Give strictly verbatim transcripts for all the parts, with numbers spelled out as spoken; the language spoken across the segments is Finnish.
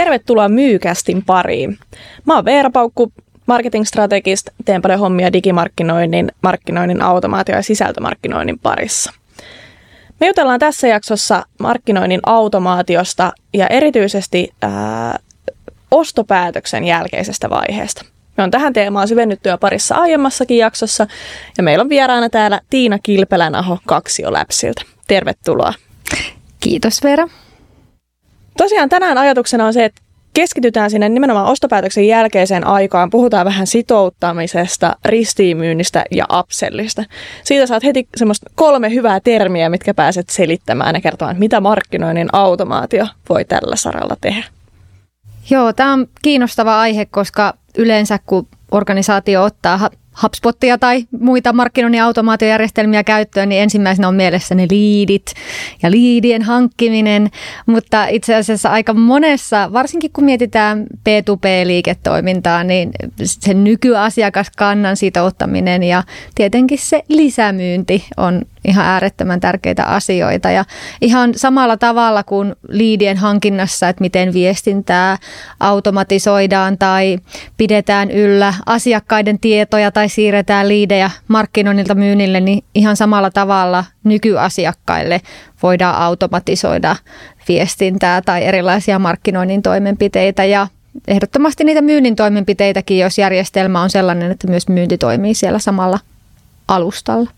Tervetuloa Myykästin pariin. Mä oon Veera Paukku, marketing-strategist, teen paljon hommia digimarkkinoinnin, markkinoinnin automaatio- ja sisältömarkkinoinnin parissa. Me jutellaan tässä jaksossa markkinoinnin automaatiosta ja erityisesti ää, ostopäätöksen jälkeisestä vaiheesta. Me on tähän teemaan syvennyttyä parissa aiemmassakin jaksossa ja meillä on vieraana täällä Tiina Kilpelänaho Kaksio-Labsilta. Tervetuloa. Kiitos Veera. Tosiaan tänään ajatuksena on se, että keskitytään sinne nimenomaan ostopäätöksen jälkeiseen aikaan. Puhutaan vähän sitouttamisesta, ristiinmyynnistä ja upsellista. Siitä saat heti semmoista kolme hyvää termiä, mitkä pääset selittämään ja kertomaan, mitä markkinoinnin automaatio voi tällä saralla tehdä. Joo, tämä on kiinnostava aihe, koska yleensä kun organisaatio ottaa HubSpotia tai muita markkinoinnin automaatiojärjestelmiä käyttöön, niin ensimmäisenä on mielessä ne liidit ja liidien hankkiminen, mutta itse asiassa aika monessa, varsinkin kun mietitään P to P-liiketoimintaa, niin se nykyasiakaskannan sitouttaminen ja tietenkin se lisämyynti on ihan äärettömän tärkeitä asioita ja ihan samalla tavalla kuin liidien hankinnassa, että miten viestintää automatisoidaan tai pidetään yllä asiakkaiden tietoja tai siirretään liidejä markkinoinnilta myynnille, niin ihan samalla tavalla nykyasiakkaille voidaan automatisoida viestintää tai erilaisia markkinoinnin toimenpiteitä ja ehdottomasti niitä myynnin toimenpiteitäkin, jos järjestelmä on sellainen, että myös myynti toimii siellä samalla alustalla.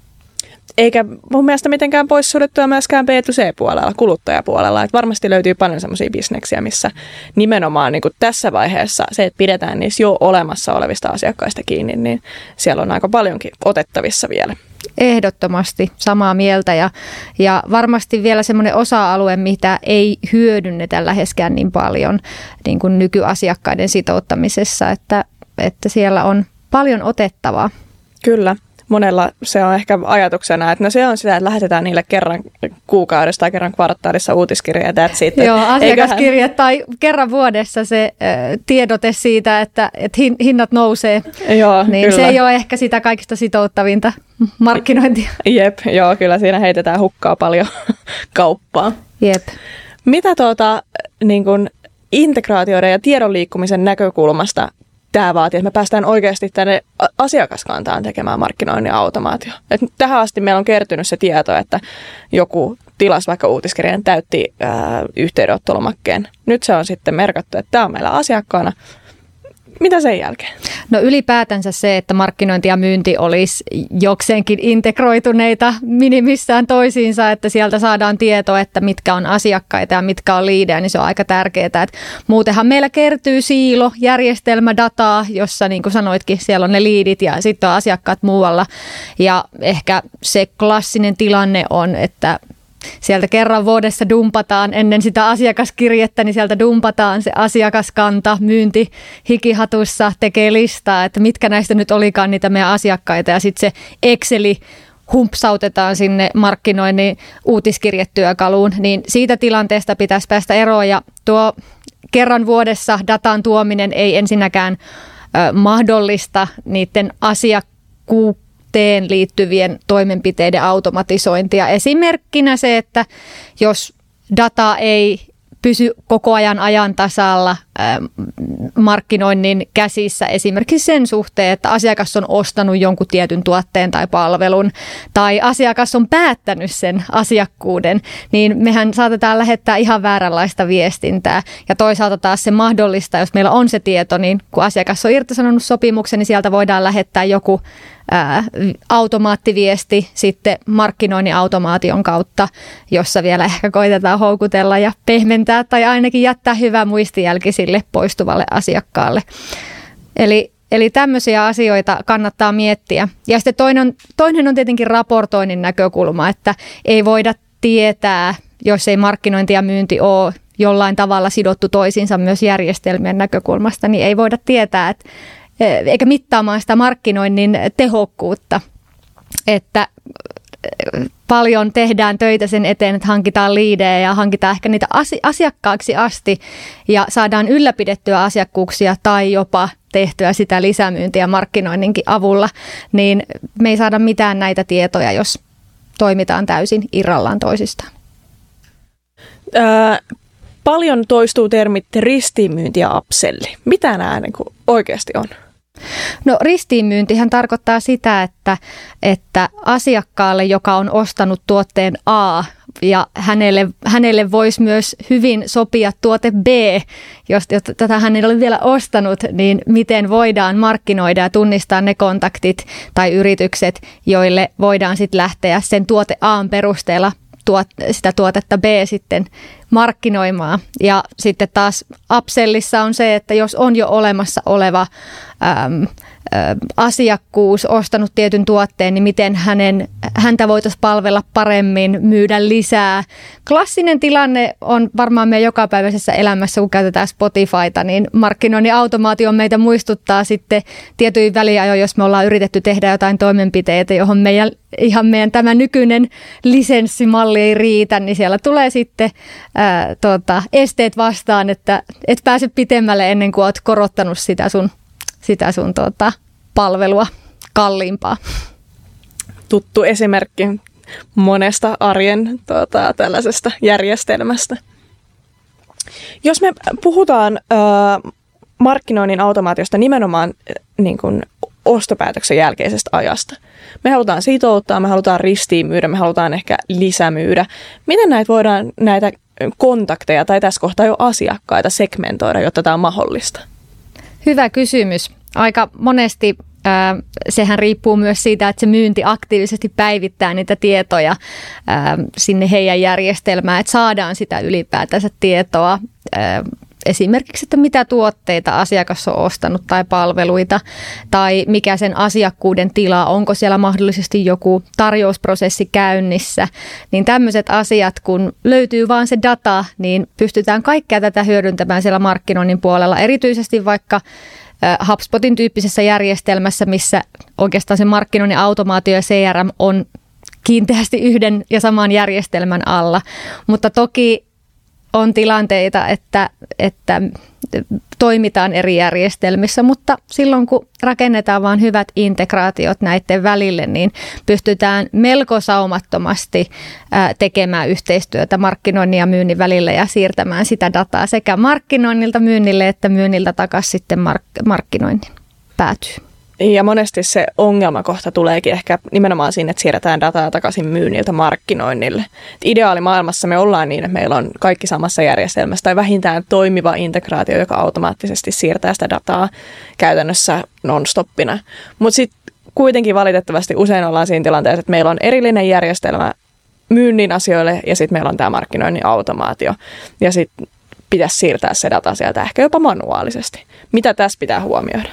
Eikä mun mielestä mitenkään poissuljettua myöskään B to C-puolella, kuluttajapuolella. Että varmasti löytyy paljon semmoisia bisneksiä, missä nimenomaan niin kuin tässä vaiheessa se, että pidetään niissä jo olemassa olevista asiakkaista kiinni, niin siellä on aika paljonkin otettavissa vielä. Ehdottomasti samaa mieltä ja, ja varmasti vielä semmoinen osa-alue, mitä ei hyödynnetä läheskään niin paljon niin kuin nykyasiakkaiden sitouttamisessa, että, että siellä on paljon otettavaa. Kyllä. Monella se on ehkä ajatuksena, että no se on sitä, että lähetetään niille kerran kuukaudessa tai kerran kvartaalissa uutiskirja ja that's it. Joo, asiakaskirje Eiköhän... tai kerran vuodessa se äh, tiedote siitä, että, että hinnat nousee. Joo, niin kyllä. Se ei ole ehkä sitä kaikista sitouttavinta markkinointia. Jep, joo, kyllä siinä heitetään hukkaa paljon kauppaa. Jep. Mitä tuota, niin kun integraatioiden ja tiedon liikkumisen näkökulmasta tämä vaatii, että me päästään oikeasti tänne asiakaskantaan tekemään markkinoinnin automaatio. Et tähän asti meillä on kertynyt se tieto, että joku tilasi vaikka uutiskirjan täytti ää, yhteydenottolomakkeen. Nyt se on sitten merkattu, että tämä on meillä asiakkaana. Mitä sen jälkeen? No ylipäätänsä se, että markkinointi ja myynti olisi jokseenkin integroituneita minimissään toisiinsa, että sieltä saadaan tietoa, että mitkä on asiakkaita ja mitkä on liidejä, niin se on aika tärkeää. Että muutenhan meillä kertyy siilo, järjestelmä, dataa, jossa niin kuin sanoitkin, siellä on ne liidit ja sitten on asiakkaat muualla. Ja ehkä se klassinen tilanne on, että sieltä kerran vuodessa dumpataan ennen sitä asiakaskirjettä, niin sieltä dumpataan se asiakaskanta, myynti hikihatussa, tekee listaa, että mitkä näistä nyt olikaan niitä meidän asiakkaita ja sitten se Exceli humpsautetaan sinne markkinoinnin uutiskirjetyökaluun, niin siitä tilanteesta pitäisi päästä eroon ja tuo kerran vuodessa datan tuominen ei ensinnäkään ö, mahdollista niiden asiakkuuksien teen liittyvien toimenpiteiden automatisointia. Esimerkkinä se, että jos data ei pysy koko ajan ajan tasalla äh, markkinoinnin käsissä esimerkiksi sen suhteen, että asiakas on ostanut jonkun tietyn tuotteen tai palvelun tai asiakas on päättänyt sen asiakkuuden, niin mehän saatetaan lähettää ihan vääränlaista viestintää ja toisaalta taas se mahdollista, jos meillä on se tieto, niin kun asiakas on irtisanonut sopimuksen, niin sieltä voidaan lähettää joku Ää, automaattiviesti sitten markkinoinnin automaation kautta, jossa vielä ehkä koitetaan houkutella ja pehmentää tai ainakin jättää hyvä muistijälki sille poistuvalle asiakkaalle. Eli, eli tämmöisiä asioita kannattaa miettiä. Ja sitten toinen, toinen on tietenkin raportoinnin näkökulma, että ei voida tietää, jos ei markkinointi ja myynti ole jollain tavalla sidottu toisiinsa myös järjestelmien näkökulmasta, niin ei voida tietää, että eikä mittaamaan sitä markkinoinnin tehokkuutta, että paljon tehdään töitä sen eteen, että hankitaan liidejä ja hankitaan ehkä niitä asiakkaaksi asti ja saadaan ylläpidettyä asiakkuuksia tai jopa tehtyä sitä lisämyyntiä markkinoinninkin avulla, niin me ei saada mitään näitä tietoja, jos toimitaan täysin irrallaan toisistaan. Öö, Paljon toistuu termit ristiinmyynti ja upselli. Mitä nämä niin kuin oikeasti on? No ristiinmyyntihän tarkoittaa sitä, että, että asiakkaalle, joka on ostanut tuotteen A, ja hänelle, hänelle voisi myös hyvin sopia tuote B, jos tätä hän ei ole vielä ostanut, niin miten voidaan markkinoida ja tunnistaa ne kontaktit tai yritykset, joille voidaan sitten lähteä sen tuote A:n perusteella tuot, sitä tuotetta B sitten markkinoimaan. Ja sitten taas upsellissa on se, että jos on jo olemassa oleva äm, asiakkuus ostanut tietyn tuotteen, niin miten hänen, häntä voitaisiin palvella paremmin, myydä lisää. Klassinen tilanne on varmaan meidän jokapäiväisessä elämässä, kun käytetään Spotifyta, niin markkinoinnin automaatio meitä muistuttaa sitten tietyin väliajoin, jos me ollaan yritetty tehdä jotain toimenpiteitä, johon meidän, ihan meidän tämä nykyinen lisenssimalli ei riitä, niin siellä tulee sitten ää, tuota, esteet vastaan, että et pääse pitemmälle ennen kuin olet korottanut sitä sun sitä sun tuota, palvelua kalliimpaa. Tuttu esimerkki monesta arjen tuota, tällaisesta järjestelmästä. Jos me puhutaan ö, markkinoinnin automaatiosta nimenomaan niin kuin ostopäätöksen jälkeisestä ajasta. Me halutaan sitouttaa, me halutaan ristiinmyydä, me halutaan ehkä lisämyydä. Miten näitä voidaan näitä kontakteja tai tässä kohtaa jo asiakkaita segmentoida, jotta tämä on mahdollista? Hyvä kysymys. Aika monesti äh, sehän riippuu myös siitä, että se myynti aktiivisesti päivittää niitä tietoja äh, sinne heidän järjestelmään, että saadaan sitä ylipäätänsä tietoa. Äh, Esimerkiksi, että mitä tuotteita asiakas on ostanut tai palveluita tai mikä sen asiakkuuden tila, onko siellä mahdollisesti joku tarjousprosessi käynnissä. Niin tämmöiset asiat, kun löytyy vaan se data, niin pystytään kaikkea tätä hyödyntämään siellä markkinoinnin puolella. Erityisesti vaikka HubSpotin tyyppisessä järjestelmässä, missä oikeastaan se markkinoinnin automaatio ja C R M on kiinteästi yhden ja saman järjestelmän alla. Mutta toki on tilanteita, että, että toimitaan eri järjestelmissä, mutta silloin kun rakennetaan vain hyvät integraatiot näiden välille, niin pystytään melko saumattomasti tekemään yhteistyötä markkinoinnin ja myynnin välillä ja siirtämään sitä dataa sekä markkinoinnilta myynnille että myynniltä takaisin sitten mark- markkinoinnin päätyy. Ja monesti se ongelmakohta tuleekin ehkä nimenomaan siinä, että siirretään dataa takaisin myynniltä markkinoinnille. Ideaalimaailmassa me ollaan niin, että meillä on kaikki samassa järjestelmässä tai vähintään toimiva integraatio, joka automaattisesti siirtää sitä dataa käytännössä non-stoppina. Mutta sitten kuitenkin valitettavasti usein ollaan siinä tilanteessa, että meillä on erillinen järjestelmä myynnin asioille ja sitten meillä on tämä markkinoinnin automaatio. Ja sitten pitäisi siirtää se data sieltä ehkä jopa manuaalisesti. Mitä tässä pitää huomioida?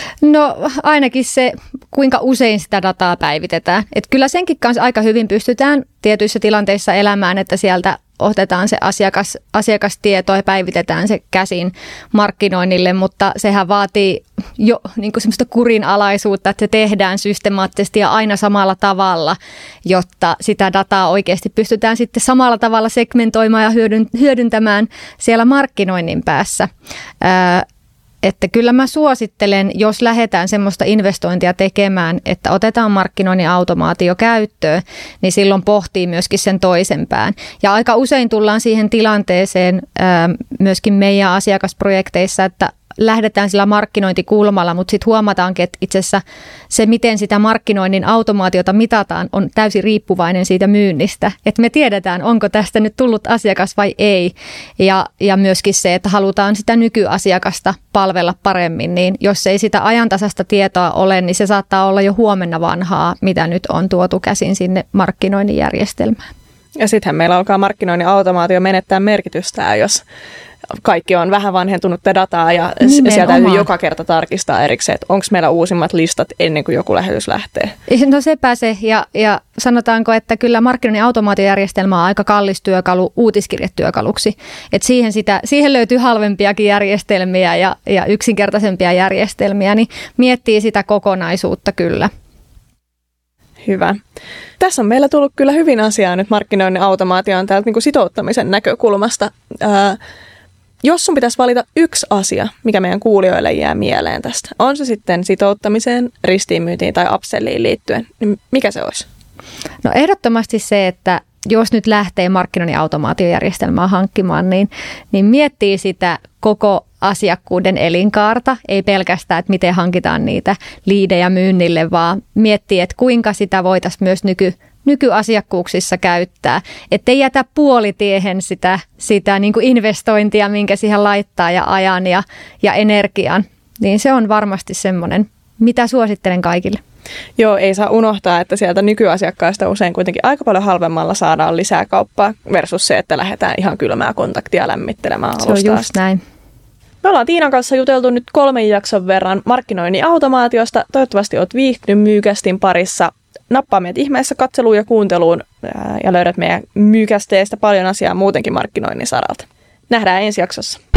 No ainakin se, kuinka usein sitä dataa päivitetään. Et kyllä senkin kanssa aika hyvin pystytään tietyissä tilanteissa elämään, että sieltä otetaan se asiakas, asiakastieto ja päivitetään se käsin markkinoinnille, mutta sehän vaatii jo niin kuin semmoista kurinalaisuutta, että se tehdään systemaattisesti ja aina samalla tavalla, jotta sitä dataa oikeasti pystytään sitten samalla tavalla segmentoimaan ja hyödyntämään siellä markkinoinnin päässä. Ää, Että kyllä mä suosittelen, jos lähdetään semmoista investointia tekemään, että otetaan markkinoinnin automaatio käyttöön, niin silloin pohtii myöskin sen toisen pään. Ja aika usein tullaan siihen tilanteeseen ää, myöskin meidän asiakasprojekteissa, että lähdetään sillä markkinointikulmalla, mutta sitten huomataankin, että itse asiassa se, miten sitä markkinoinnin automaatiota mitataan, on täysin riippuvainen siitä myynnistä. Että me tiedetään, onko tästä nyt tullut asiakas vai ei. Ja, ja myöskin se, että halutaan sitä nykyasiakasta palvella paremmin, niin jos ei sitä ajantasasta tietoa ole, niin se saattaa olla jo huomenna vanhaa, mitä nyt on tuotu käsin sinne markkinoinnin järjestelmään. Ja sittenhän meillä alkaa markkinoinnin automaatio menettää merkitystään, jos kaikki on vähän vanhentunutta dataa ja Nimenomaan. Sieltä täytyy joka kerta tarkistaa erikseen, että onko meillä uusimmat listat ennen kuin joku lähetys lähtee. No sepä se, ja, ja sanotaanko, että kyllä markkinoinnin automaatiojärjestelmä on aika kallis työkalu uutiskirjetyökaluksi. Et siihen, sitä, siihen löytyy halvempiakin järjestelmiä ja, ja yksinkertaisempia järjestelmiä, niin miettii sitä kokonaisuutta kyllä. Hyvä. Tässä on meillä tullut kyllä hyvin asiaa nyt markkinoinnin automaatioon täältä niin kuin sitouttamisen näkökulmasta. Ää, Jos sun pitäisi valita yksi asia, mikä meidän kuulijoille jää mieleen tästä, on se sitten sitouttamiseen, ristiinmyyntiin tai upselliin liittyen, niin mikä se olisi? No ehdottomasti se, että, jos nyt lähtee markkinoinnin automaatiojärjestelmää hankkimaan, niin, niin miettii sitä koko asiakkuuden elinkaarta, ei pelkästään, että miten hankitaan niitä liidejä myynnille, vaan miettii, että kuinka sitä voitaisiin myös nyky, nykyasiakkuuksissa käyttää. Että ei jätä puolitiehen sitä, sitä niin kuin investointia, minkä siihen laittaa ja ajan ja, ja energian. Niin se on varmasti semmoinen, mitä suosittelen kaikille. Joo, ei saa unohtaa, että sieltä nykyasiakkaista usein kuitenkin aika paljon halvemmalla saadaan lisää kauppaa versus se, että lähdetään ihan kylmää kontaktia lämmittelemään alusta. Se on just näin. Me ollaan Tiinan kanssa juteltu nyt kolmen jakson verran markkinoinnin automaatiosta. Toivottavasti olet viihtynyt Myykästin parissa. Nappaa meidät ihmeessä katseluun ja kuunteluun ja löydät meidän Myykästeestä paljon asiaa muutenkin markkinoinnin saralta. Nähdään ensi jaksossa.